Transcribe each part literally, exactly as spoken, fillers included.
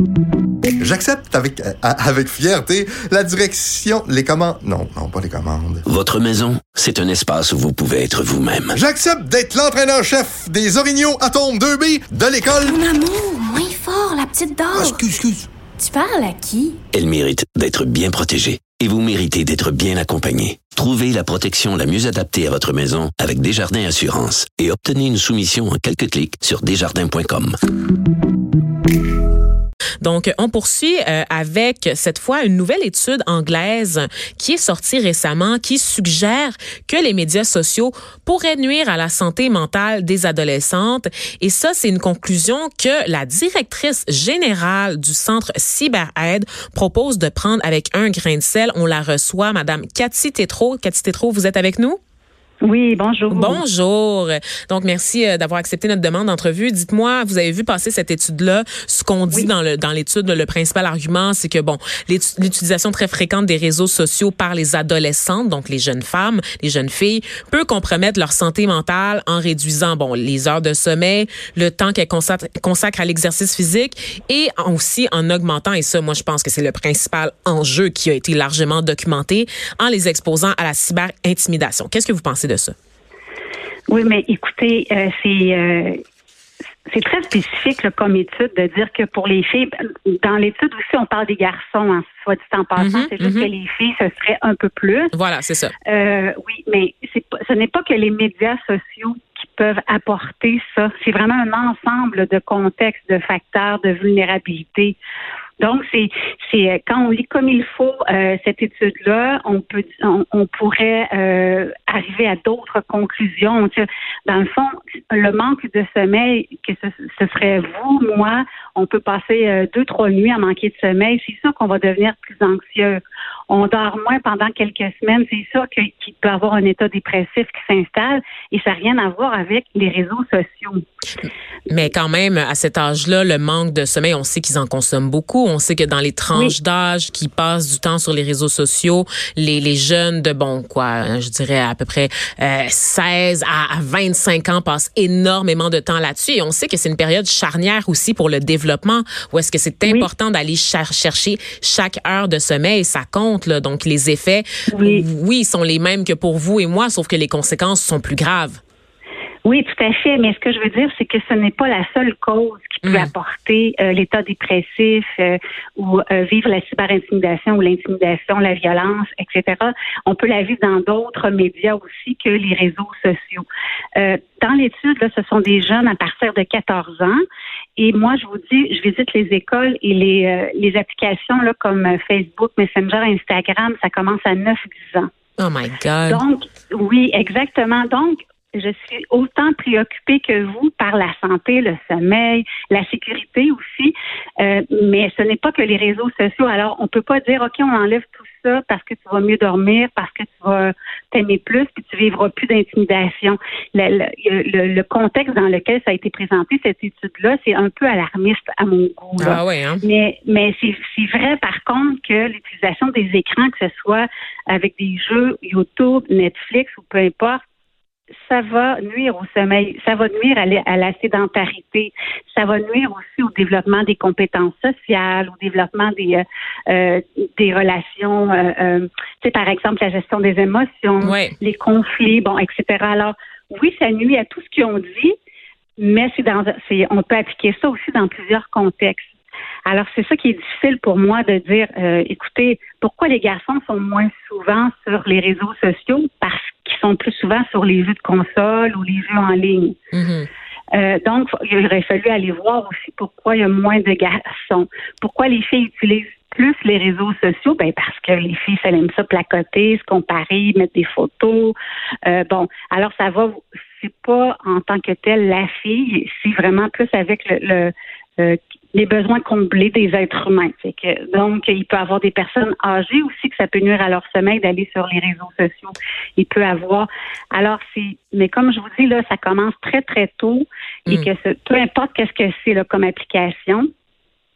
J'accepte avec, euh, avec fierté la direction, les commandes... Non, non, pas les commandes. Votre maison, c'est un espace où vous pouvez être vous-même. J'accepte d'être l'entraîneur-chef des Orignaux Atomes deux B de l'école... Mon amour, moins fort, la petite dame. Ah, excuse, excuse. Tu parles à qui? Elle mérite d'être bien protégée. Et vous méritez d'être bien accompagné. Trouvez la protection la mieux adaptée à votre maison avec Desjardins Assurance et obtenez une soumission en quelques clics sur desjardins point com. Donc, on poursuit euh, avec, cette fois, une nouvelle étude anglaise qui est sortie récemment, qui suggère que les médias sociaux pourraient nuire à la santé mentale des adolescentes. Et ça, c'est une conclusion que la directrice générale du Centre CyberAide propose de prendre avec un grain de sel. On la reçoit, Madame Cathy Tétrault. Cathy Tétrault, vous êtes avec nous? Oui, bonjour. Bonjour. Donc, merci euh, d'avoir accepté notre demande d'entrevue. Dites-moi, vous avez vu passer cette étude-là. Ce qu'on dit oui. dans le dans l'étude, le principal argument, c'est que, bon, l'utilisation très fréquente des réseaux sociaux par les adolescentes, donc les jeunes femmes, les jeunes filles, peut compromettre leur santé mentale en réduisant, bon, les heures de sommeil, le temps qu'elles consacrent, consacrent à l'exercice physique et aussi en augmentant, et ça, moi, je pense que c'est le principal enjeu qui a été largement documenté, en les exposant à la cyber-intimidation. Qu'est-ce que vous pensez de ça? Oui, mais écoutez, euh, c'est euh, c'est très spécifique là, comme étude de dire que pour les filles, dans l'étude aussi, on parle des garçons, hein, soit dit en passant, mm-hmm, c'est juste mm-hmm. que les filles, ce serait un peu plus. Voilà, c'est ça. Euh, oui, mais c'est pas, ce n'est pas que les médias sociaux qui peuvent apporter ça. C'est vraiment un ensemble de contextes, de facteurs, de vulnérabilité. Donc, c'est, c'est quand on lit comme il faut euh, cette étude-là, on peut, on, on pourrait euh, arriver à d'autres conclusions. Dans le fond, le manque de sommeil, que ce, ce serait vous, moi, on peut passer euh, deux, trois nuits à manquer de sommeil. C'est sûr qu'on va devenir plus anxieux. On dort moins pendant quelques semaines. C'est sûr que, qu'il peut y avoir un état dépressif qui s'installe et ça n'a rien à voir avec les réseaux sociaux. Mais quand même, à cet âge-là, le manque de sommeil, on sait qu'ils en consomment beaucoup. On sait que dans les tranches oui. d'âge qui passent du temps sur les réseaux sociaux, les, les jeunes de, bon, quoi, je dirais à peu près euh, seize à vingt-cinq ans passent énormément de temps là-dessus. Et on sait que c'est une période charnière aussi pour le développement, où est-ce que c'est important oui. d'aller cher- chercher chaque heure de sommeil. Ça compte, là. Donc, les effets, oui. oui, sont les mêmes que pour vous et moi, sauf que les conséquences sont plus graves. Oui, tout à fait. Mais ce que je veux dire, c'est que ce n'est pas la seule cause qui peut mmh. apporter euh, l'état dépressif euh, ou euh, vivre la cyberintimidation ou l'intimidation, la violence, et cetera. On peut la vivre dans d'autres médias aussi que les réseaux sociaux. Euh, dans l'étude, là, ce sont des jeunes à partir de quatorze ans. Et moi, je vous dis, je visite les écoles et les, euh, les applications là, comme Facebook, Messenger, Instagram, ça commence à neuf dix ans. Oh my God. Donc, oui, exactement. Donc, je suis autant préoccupée que vous par la santé, le sommeil, la sécurité aussi. Euh, mais ce n'est pas que les réseaux sociaux. Alors, on peut pas dire, OK, on enlève tout ça parce que tu vas mieux dormir, parce que tu vas t'aimer plus, puis tu vivras plus d'intimidation. Le, le, le, le contexte dans lequel ça a été présenté, cette étude-là, c'est un peu alarmiste à mon goût. Là. Ah ouais, hein? Mais, mais c'est, c'est vrai, par contre, que l'utilisation des écrans, que ce soit avec des jeux YouTube, Netflix ou peu importe, ça va nuire au sommeil, ça va nuire à la, à la sédentarité, ça va nuire aussi au développement des compétences sociales, au développement des euh, euh, des relations, euh, euh, tu sais, par exemple, la gestion des émotions, ouais. les conflits, bon, et cetera. Alors, oui, ça nuit à tout ce qu'ils ont dit, mais c'est dans, c'est, on peut appliquer ça aussi dans plusieurs contextes. Alors, c'est ça qui est difficile pour moi de dire, euh, écoutez, pourquoi les garçons sont moins souvent sur les réseaux sociaux? Parce qu'ils sont plus souvent sur les jeux de console ou les jeux en ligne. Mm-hmm. Euh, donc, il aurait fallu aller voir aussi pourquoi il y a moins de garçons. Pourquoi les filles utilisent plus les réseaux sociaux? Ben parce que les filles, ça aime ça placoter, se comparer, mettre des photos. Euh, bon, alors ça va, c'est pas en tant que telle la fille, c'est vraiment plus avec le, le euh, les besoins comblés des êtres humains. C'est que, donc, il peut y avoir des personnes âgées aussi que ça peut nuire à leur sommeil d'aller sur les réseaux sociaux. Il peut avoir... Alors, c'est... Mais comme je vous dis, là, ça commence très, très tôt et mm. que ce, peu importe qu'est-ce que c'est là, comme application,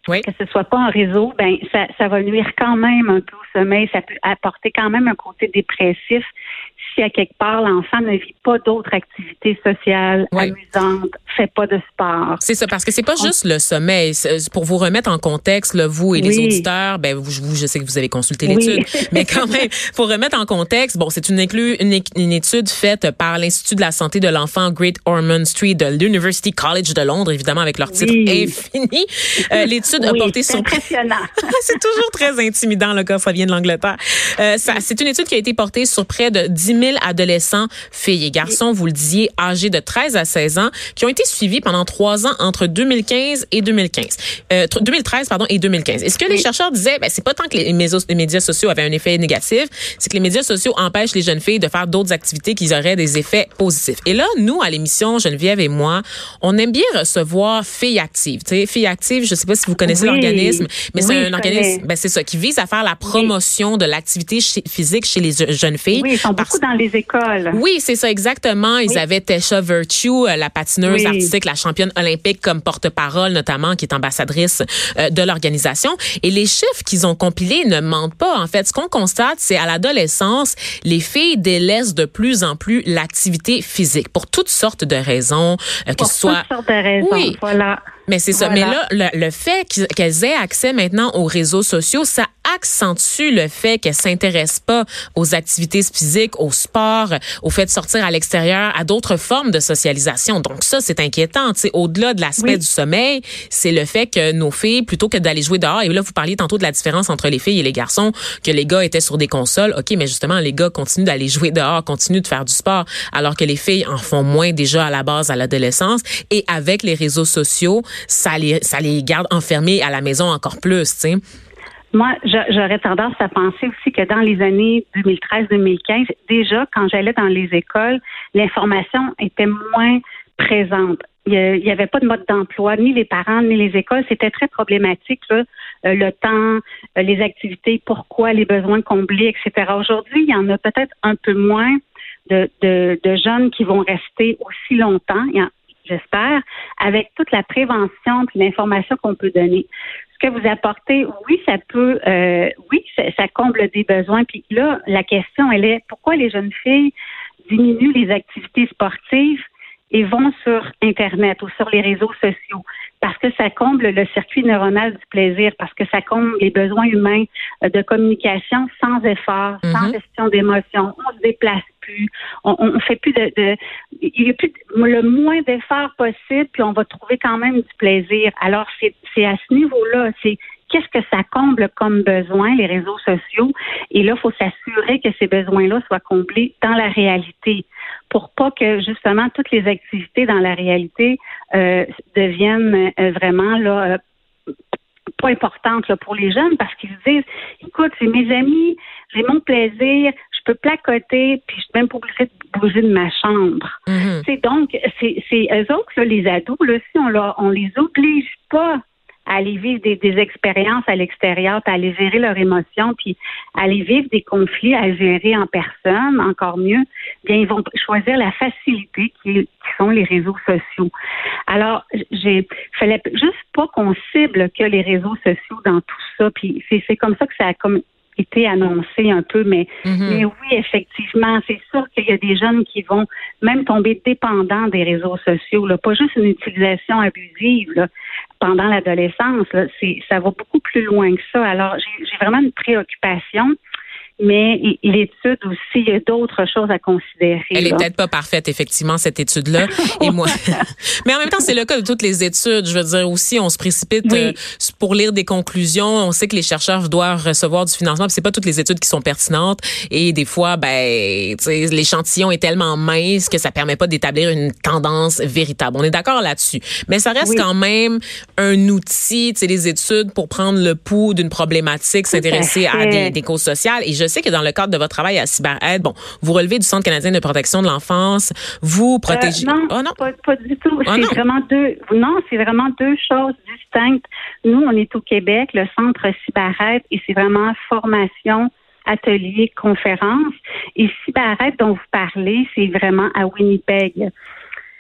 oui. que ce soit pas un réseau, ben ça, ça va nuire quand même un peu au sommeil. Ça peut apporter quand même un côté dépressif si à quelque part l'enfant ne vit pas d'autres activités sociales oui. amusantes, fait pas de sport. C'est ça, parce que c'est pas On... juste le sommeil. C'est pour vous remettre en contexte, là, vous et les oui. auditeurs, ben vous, vous, je sais que vous avez consulté l'étude, oui. mais quand même, pour remettre en contexte, bon, c'est une, inclus, une, une étude faite par l'Institut de la santé de l'enfant Great Ormond Street de l'University College de Londres, évidemment avec leur titre oui. infini. Euh, l'étude oui, a porté c'est sur... impressionnant. C'est toujours très intimidant, là, quand ça vient de l'Angleterre. Euh, ça, c'est une étude qui a été portée sur près de dix mille adolescents, filles et garçons, vous le disiez, âgés de treize à seize ans, qui ont été suivis pendant trois ans entre deux mille quinze et deux mille quinze. Euh, deux mille treize, pardon, et deux mille quinze. Et ce que oui. les chercheurs disaient, ben, c'est pas tant que les, mésos, les médias sociaux avaient un effet négatif, c'est que les médias sociaux empêchent les jeunes filles de faire d'autres activités qui auraient des effets positifs. Et là, nous, à l'émission, Geneviève et moi, on aime bien recevoir Filles Actives. Tu sais, Filles Actives, je sais pas si vous connaissez oui. l'organisme, mais c'est oui, un organisme, ben, c'est ça, qui vise à faire la promotion oui. de l'activité ch- physique chez les jeunes filles. Oui, ils sont parce... beaucoup dans les écoles. Oui, c'est ça, exactement. Ils oui. avaient Tesha Virtue, la patineuse oui. artistique, la championne olympique, comme porte-parole, notamment, qui est ambassadrice euh, de l'organisation. Et les chiffres qu'ils ont compilés ne mentent pas. En fait, ce qu'on constate, c'est à l'adolescence, les filles délaissent de plus en plus l'activité physique pour toutes sortes de raisons, euh, que pour ce soit... toutes sortes de raisons, oui. voilà. Mais c'est ça. Voilà. Mais là, le, le fait qu'elles aient accès maintenant aux réseaux sociaux, ça accentue le fait qu'elles s'intéressent pas aux activités physiques, au sport, au fait de sortir à l'extérieur, à d'autres formes de socialisation. Donc ça, c'est inquiétant. Tu sais, au-delà de l'aspect oui. du sommeil, c'est le fait que nos filles, plutôt que d'aller jouer dehors, et là, vous parliez tantôt de la différence entre les filles et les garçons, que les gars étaient sur des consoles. OK, mais justement, les gars continuent d'aller jouer dehors, continuent de faire du sport, alors que les filles en font moins déjà à la base, à l'adolescence. Et avec les réseaux sociaux, ça les, ça les garde enfermés à la maison encore plus, tu sais. Moi, j'aurais tendance à penser aussi que dans les années deux mille treize deux mille quinze, déjà, quand j'allais dans les écoles, l'information était moins présente. Il n'y avait pas de mode d'emploi, ni les parents, ni les écoles. C'était très problématique, là, le temps, les activités, pourquoi, les besoins comblés, et cetera. Aujourd'hui, il y en a peut-être un peu moins de, de, de jeunes qui vont rester aussi longtemps. Il y en, j'espère, avec toute la prévention et l'information qu'on peut donner. Ce que vous apportez, oui, ça peut, euh, oui, ça, ça comble des besoins. Puis là, la question, elle est, pourquoi les jeunes filles diminuent les activités sportives et vont sur Internet ou sur les réseaux sociaux? Parce que ça comble le circuit neuronal du plaisir, parce que ça comble les besoins humains de communication sans effort, mm-hmm. sans gestion d'émotions. On se déplace plus, on, on fait plus de, de, il y a plus de, le moins d'efforts possible, puis on va trouver quand même du plaisir. Alors c'est, c'est à ce niveau-là, c'est qu'est-ce que ça comble comme besoin, les réseaux sociaux, et là il faut s'assurer que ces besoins-là soient comblés dans la réalité, pour pas que justement toutes les activités dans la réalité euh, deviennent euh, vraiment là euh, pas importantes là, pour les jeunes, parce qu'ils se disent, écoute, c'est mes amis, j'ai mon plaisir, je peux placoter, puis je suis même pas obligée de bouger de ma chambre. Mm-hmm. C'est donc, c'est, c'est eux autres, là, les ados, là, si on, leur, on les oblige pas à aller vivre des, des expériences à l'extérieur, puis à aller gérer leurs émotions, puis à aller vivre des conflits à gérer en personne, encore mieux, bien, ils vont choisir la facilité qui, qui sont les réseaux sociaux. Alors, j'ai fallait juste pas qu'on cible que les réseaux sociaux dans tout ça, puis c'est, c'est comme ça que ça a comme été annoncé un peu, mais, mm-hmm. mais oui, effectivement, c'est sûr qu'il y a des jeunes qui vont même tomber dépendants des réseaux sociaux, là, pas juste une utilisation abusive là, pendant l'adolescence, là, c'est, ça va beaucoup plus loin que ça. Alors, j'ai, j'ai vraiment une préoccupation. Mais l'étude aussi, il y a d'autres choses à considérer. Elle là. est peut-être pas parfaite, effectivement, cette étude-là. Et moi, mais en même temps, c'est le cas de toutes les études. Je veux dire aussi, on se précipite oui. euh, pour lire des conclusions. On sait que les chercheurs doivent recevoir du financement, puis c'est pas toutes les études qui sont pertinentes. Et des fois, ben, tu sais, l'échantillon est tellement mince que ça permet pas d'établir une tendance véritable. On est d'accord là-dessus. Mais ça reste oui. quand même un outil, tu sais, les études pour prendre le pouls d'une problématique, s'intéresser à, à des, des causes sociales. Et je sais que dans le cadre de votre travail à CyberAide, bon, vous relevez du Centre canadien de protection de l'enfance, vous protégez... Euh, non, oh, non? Pas, pas du tout. Oh, c'est non. vraiment deux... Non, c'est vraiment deux choses distinctes. Nous, on est au Québec, le Centre CyberAide, et c'est vraiment formation, atelier, conférence. Et CyberAide dont vous parlez, c'est vraiment à Winnipeg.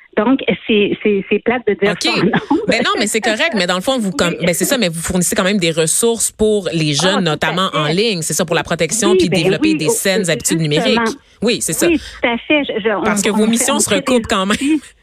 Donc, c'est, c'est, c'est plate de dire okay. ça. Non, mais non, mais c'est correct. Mais dans le fond, vous, comme, ben c'est ça, mais vous fournissez quand même des ressources pour les jeunes, ah, notamment en ligne. C'est ça, pour la protection, oui, puis ben développer oui, des saines oh, habitudes numériques. Oui, c'est ça. Oui, tout à fait. Je, je, Parce on, que vos on missions fait, se recoupent quand même.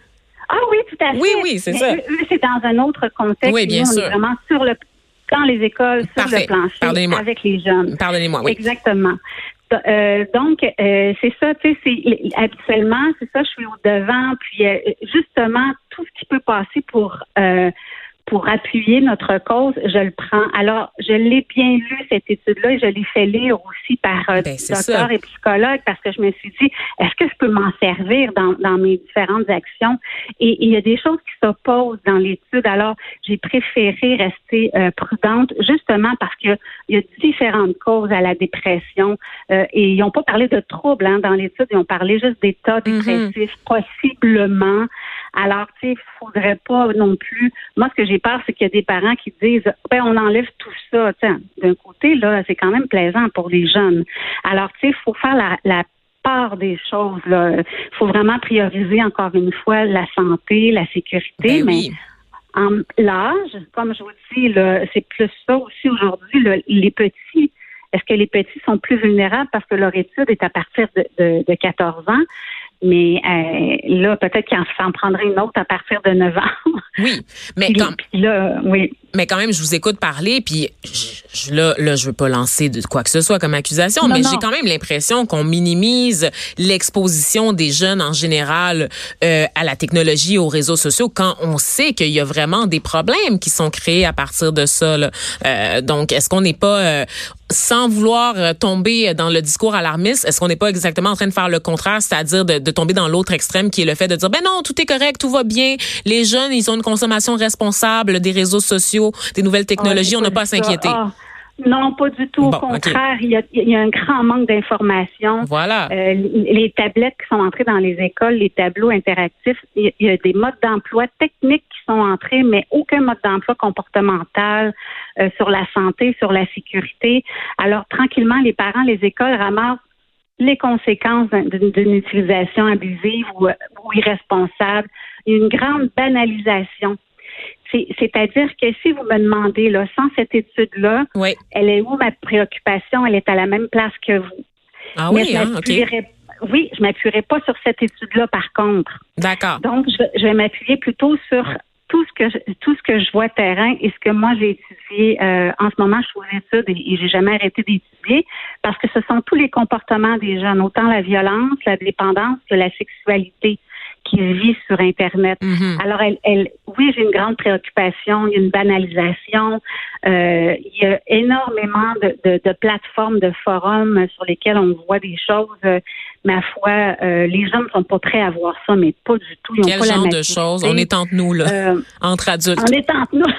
Ah oui, tout à fait. Oui, oui, c'est mais ça. Eux, c'est dans un autre contexte. Oui, bien Nous, sûr. On est vraiment sur le, dans les écoles, sur Parfait. le plancher, avec les jeunes. Pardonnez-moi, oui. Exactement. Euh, donc, euh, c'est ça, tu sais, c'est habituellement, c'est ça, je suis au devant, puis euh, justement, tout ce qui peut passer pour euh, pour appuyer notre cause, je le prends. Alors, je l'ai bien lu, cette étude-là, et je l'ai fait lire aussi par euh, ben, docteurs et psychologues, parce que je me suis dit, est-ce que je peux m'en servir dans, dans mes différentes actions? Et il y a des choses qui s'opposent dans l'étude. Alors, j'ai préféré rester euh, prudente, justement parce qu'il y a différentes causes à la dépression. Euh, et ils n'ont pas parlé de troubles hein, dans l'étude, ils ont parlé juste d'état dépressif, mm-hmm. possiblement. Alors, tu sais, il faudrait pas non plus... Moi, ce que j'ai peur, c'est qu'il y a des parents qui disent, ben, on enlève tout ça. T'sais, d'un côté, là, c'est quand même plaisant pour les jeunes. Alors, tu sais, il faut faire la, la part des choses, là. Il faut vraiment prioriser, encore une fois, la santé, la sécurité. Ben mais oui. En l'âge, comme je vous dis, là, c'est plus ça aussi aujourd'hui, là, les petits. Est-ce que les petits sont plus vulnérables parce que leur étude est à partir de, de, de quatorze ans? Mais euh, là, peut-être qu'il s'en prendrait une autre à partir de neuf ans. Oui, mais puis, quand puis là, oui. Mais quand même, je vous écoute parler, puis je, je, là, là, je veux pas lancer de quoi que ce soit comme accusation, non, mais non. j'ai quand même l'impression qu'on minimise l'exposition des jeunes en général euh, à la technologie, aux réseaux sociaux, quand on sait qu'il y a vraiment des problèmes qui sont créés à partir de ça. Là. Euh, donc, est-ce qu'on n'est pas, euh, sans vouloir tomber dans le discours alarmiste, est-ce qu'on n'est pas exactement en train de faire le contraire, c'est-à-dire de, de tomber dans l'autre extrême qui est le fait de dire, ben non, tout est correct, tout va bien, les jeunes, ils ont une consommation responsable des réseaux sociaux, des nouvelles technologies, ah, on n'a pas à s'inquiéter. Ah, non, pas du tout. Bon, au contraire, okay. il, y a, il y a un grand manque d'informations. Voilà. Euh, les tablettes qui sont entrées dans les écoles, les tableaux interactifs, il y a des modes d'emploi techniques qui sont entrés, mais aucun mode d'emploi comportemental euh, sur la santé, sur la sécurité. Alors, tranquillement, les parents, les écoles ramassent les conséquences d'une, d'une utilisation abusive ou, ou irresponsable. Il y a une grande banalisation. C'est, c'est-à-dire que si vous me demandez, là, sans cette étude-là, oui. elle est où ma préoccupation? Elle est à la même place que vous. Ah Mais oui, je hein, OK. Oui, je m'appuierai pas sur cette étude-là, par contre. D'accord. Donc, je, je vais m'appuyer plutôt sur tout ce que je, tout ce que je vois terrain et ce que moi j'ai étudié. Euh, en ce moment, je suis aux études et, et j'ai jamais arrêté d'étudier parce que ce sont tous les comportements des jeunes, autant la violence, la dépendance que la sexualité qui vit sur Internet. Mm-hmm. Alors, elle, elle, oui, j'ai une grande préoccupation, il y a une banalisation, euh, il y a énormément de, de, de plateformes, de forums sur lesquels on voit des choses. Euh, ma foi, euh, les gens ne sont pas prêts à voir ça, mais pas du tout. Ils ont Quel pas genre la de choses? On est entre nous, là, euh, entre adultes. On est entre nous.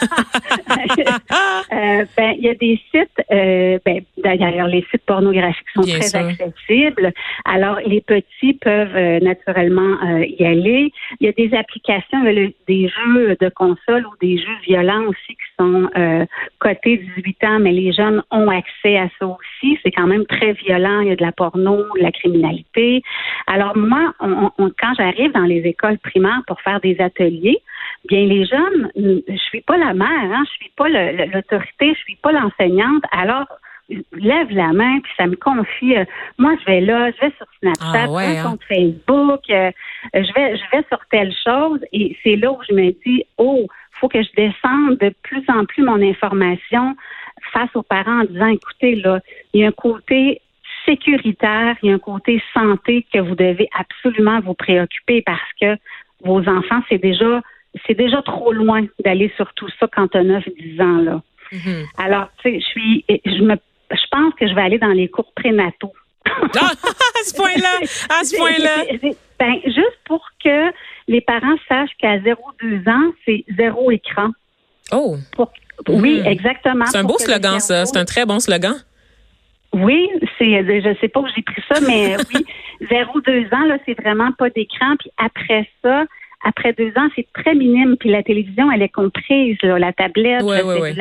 euh, ben, il y a des sites, euh, ben, d'ailleurs, les sites pornographiques sont Bien très sûr. accessibles. Alors, les petits peuvent euh, naturellement euh, y aller. Il y a des applications, euh, des jeux de console ou des jeux violents aussi qui sont euh, cotés dix-huit ans, mais les jeunes ont accès à ça aussi. C'est quand même très violent. Il y a de la porno, de la criminalité. Alors, moi, on, on, quand j'arrive dans les écoles primaires pour faire des ateliers, bien, les jeunes, je suis pas la mère, hein, je suis pas le, le, l'autorité, je suis pas l'enseignante. Alors, lève la main, puis ça me confie. Euh, moi, je vais là, je vais sur Snapchat, ah ouais, un hein? compte Facebook, euh, je vais, je vais sur telle chose, et c'est là où je me dis, oh, faut que je descende de plus en plus mon information face aux parents en disant, écoutez, là, il y a un côté sécuritaire, il y a un côté santé que vous devez absolument vous préoccuper parce que vos enfants, c'est déjà, c'est déjà trop loin d'aller sur tout ça quand tu as neuf dix ans, là. Mm-hmm. Alors, tu sais, je suis, je me, je pense que je vais aller dans les cours prénataux. Ah, à ce point-là, à ce point-là. Ben, juste pour que les parents sachent qu'à zéro deux ans, c'est zéro écran. Oh. Pour, oui, exactement. C'est un beau slogan, ça. C'est un très bon slogan. Oui, c'est, je sais pas où j'ai pris ça, mais oui, zéro deux ans, là, c'est vraiment pas d'écran. Puis après ça, après deux ans, c'est très minime. Puis la télévision, elle est comprise, là, la tablette, ouais, le ouais, cellulaire, ouais. tout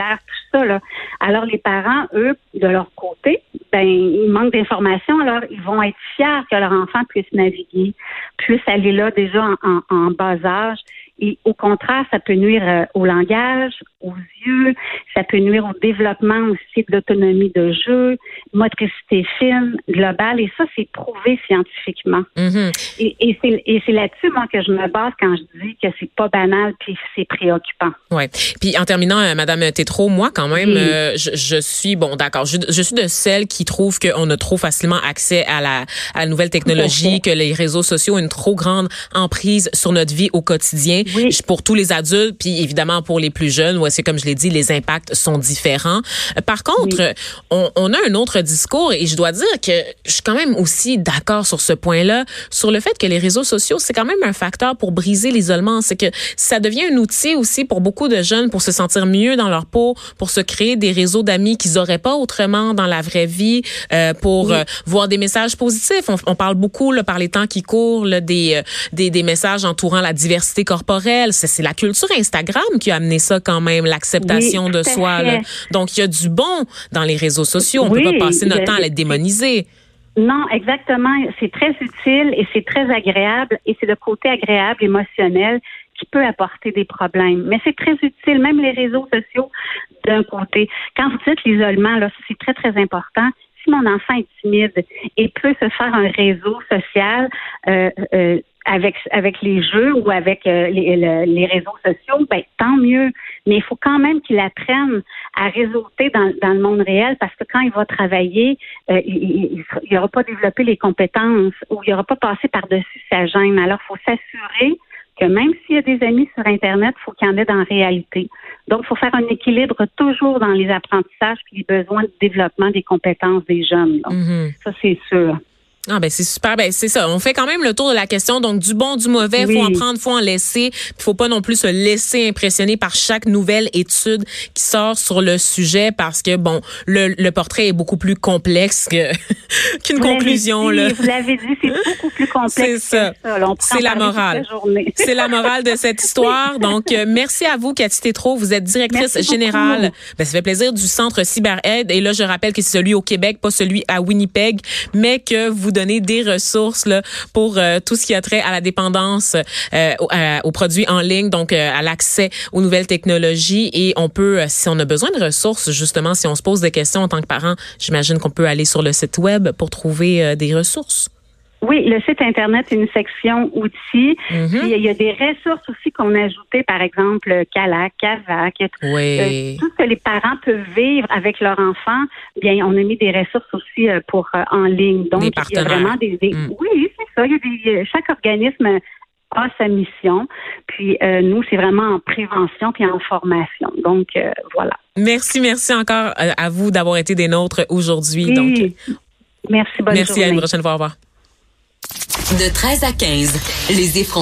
ça, là. Alors, les parents, eux, de leur côté, ben, ils manquent d'informations, alors ils vont être fiers que leur enfant puisse naviguer, puisse aller là déjà en, en, en bas âge. Et au contraire, ça peut nuire euh, au langage, aux yeux, ça peut nuire au développement aussi de l'autonomie de jeu, motricité fine, globale, et ça, c'est prouvé scientifiquement. Mm-hmm. Et, et c'est, et c'est là-dessus, moi, que je me base quand je dis que c'est pas banal puis c'est préoccupant. Ouais. Puis en terminant, euh, Madame Tétrault, moi, quand même, oui. euh, je, je suis, bon, d'accord, je, je suis de celles qui trouvent qu'on a trop facilement accès à la, à la nouvelle technologie, que les réseaux sociaux ont une trop grande emprise sur notre vie au quotidien. Oui. Pour tous les adultes, puis évidemment pour les plus jeunes, où c'est comme je l'ai dit, les impacts sont différents. Par contre, oui. on, on a un autre discours et je dois dire que je suis quand même aussi d'accord sur ce point-là, sur le fait que les réseaux sociaux, c'est quand même un facteur pour briser l'isolement. C'est que ça devient un outil aussi pour beaucoup de jeunes pour se sentir mieux dans leur peau, pour se créer des réseaux d'amis qu'ils n'auraient pas autrement dans la vraie vie, euh, pour oui. euh, voir des messages positifs. On, on parle beaucoup là, par les temps qui courent là, des, euh, des, des messages entourant la diversité corporelle. C'est, c'est la culture Instagram qui a amené ça quand même, l'acceptation oui, de soi. Là. Donc, il y a du bon dans les réseaux sociaux. On ne oui, peut pas passer notre temps à les démoniser. Non, exactement. C'est très utile et c'est très agréable. Et c'est le côté agréable, émotionnel, qui peut apporter des problèmes. Mais c'est très utile, même les réseaux sociaux, d'un côté. Quand vous dites l'isolement, là, c'est très, très important. Si mon enfant est timide et peut se faire un réseau social euh, euh, avec avec les jeux ou avec euh, les, le, les réseaux sociaux, ben tant mieux. Mais il faut quand même qu'il apprenne à réseauter dans, dans le monde réel parce que quand il va travailler, euh, il n'aura pas développé les compétences ou il n'aura pas passé par-dessus sa gêne. Alors, il faut s'assurer que même s'il y a des amis sur Internet, il faut qu'il y en ait dans la réalité. Donc, il faut faire un équilibre toujours dans les apprentissages et les besoins de développement des compétences des jeunes. Donc, mm-hmm. ça, c'est sûr. Ah ben c'est super, ben c'est ça. On fait quand même le tour de la question. Donc du bon, du mauvais, oui. faut en prendre, faut en laisser. Il faut pas non plus se laisser impressionner par chaque nouvelle étude qui sort sur le sujet parce que bon, le, le portrait est beaucoup plus complexe que, qu'une vous conclusion dit, là. Vous l'avez dit, c'est beaucoup plus complexe. C'est ça. Que ça. Là, c'est la morale. C'est la morale de cette histoire. Donc euh, merci à vous, Cathy Tétrault. Vous êtes directrice merci générale. Ben, ça fait plaisir du Centre CyberAide. Et là, je rappelle que c'est celui au Québec, pas celui à Winnipeg, mais que vous donner des ressources là, pour euh, tout ce qui a trait à la dépendance euh, à, aux produits en ligne, donc euh, à l'accès aux nouvelles technologies. Et on peut, si on a besoin de ressources, justement, si on se pose des questions en tant que parent, j'imagine qu'on peut aller sur le site web pour trouver euh, des ressources. Oui, le site Internet, une section outils. Mm-hmm. Puis, il y a des ressources aussi qu'on a ajoutées, par exemple, Calac, Cavac. Oui. Euh, tout ce que les parents peuvent vivre avec leur enfant, bien, on a mis des ressources aussi euh, pour euh, en ligne. Donc, des il y a vraiment des... des mm. Oui, c'est ça. Il y a des, chaque organisme a sa mission. Puis, euh, nous, c'est vraiment en prévention puis en formation. Donc, euh, voilà. Merci, merci encore à vous d'avoir été des nôtres aujourd'hui. Oui. Donc, merci, bonne merci, journée. À une prochaine fois. Au revoir. De treize à quinze, les effrontés.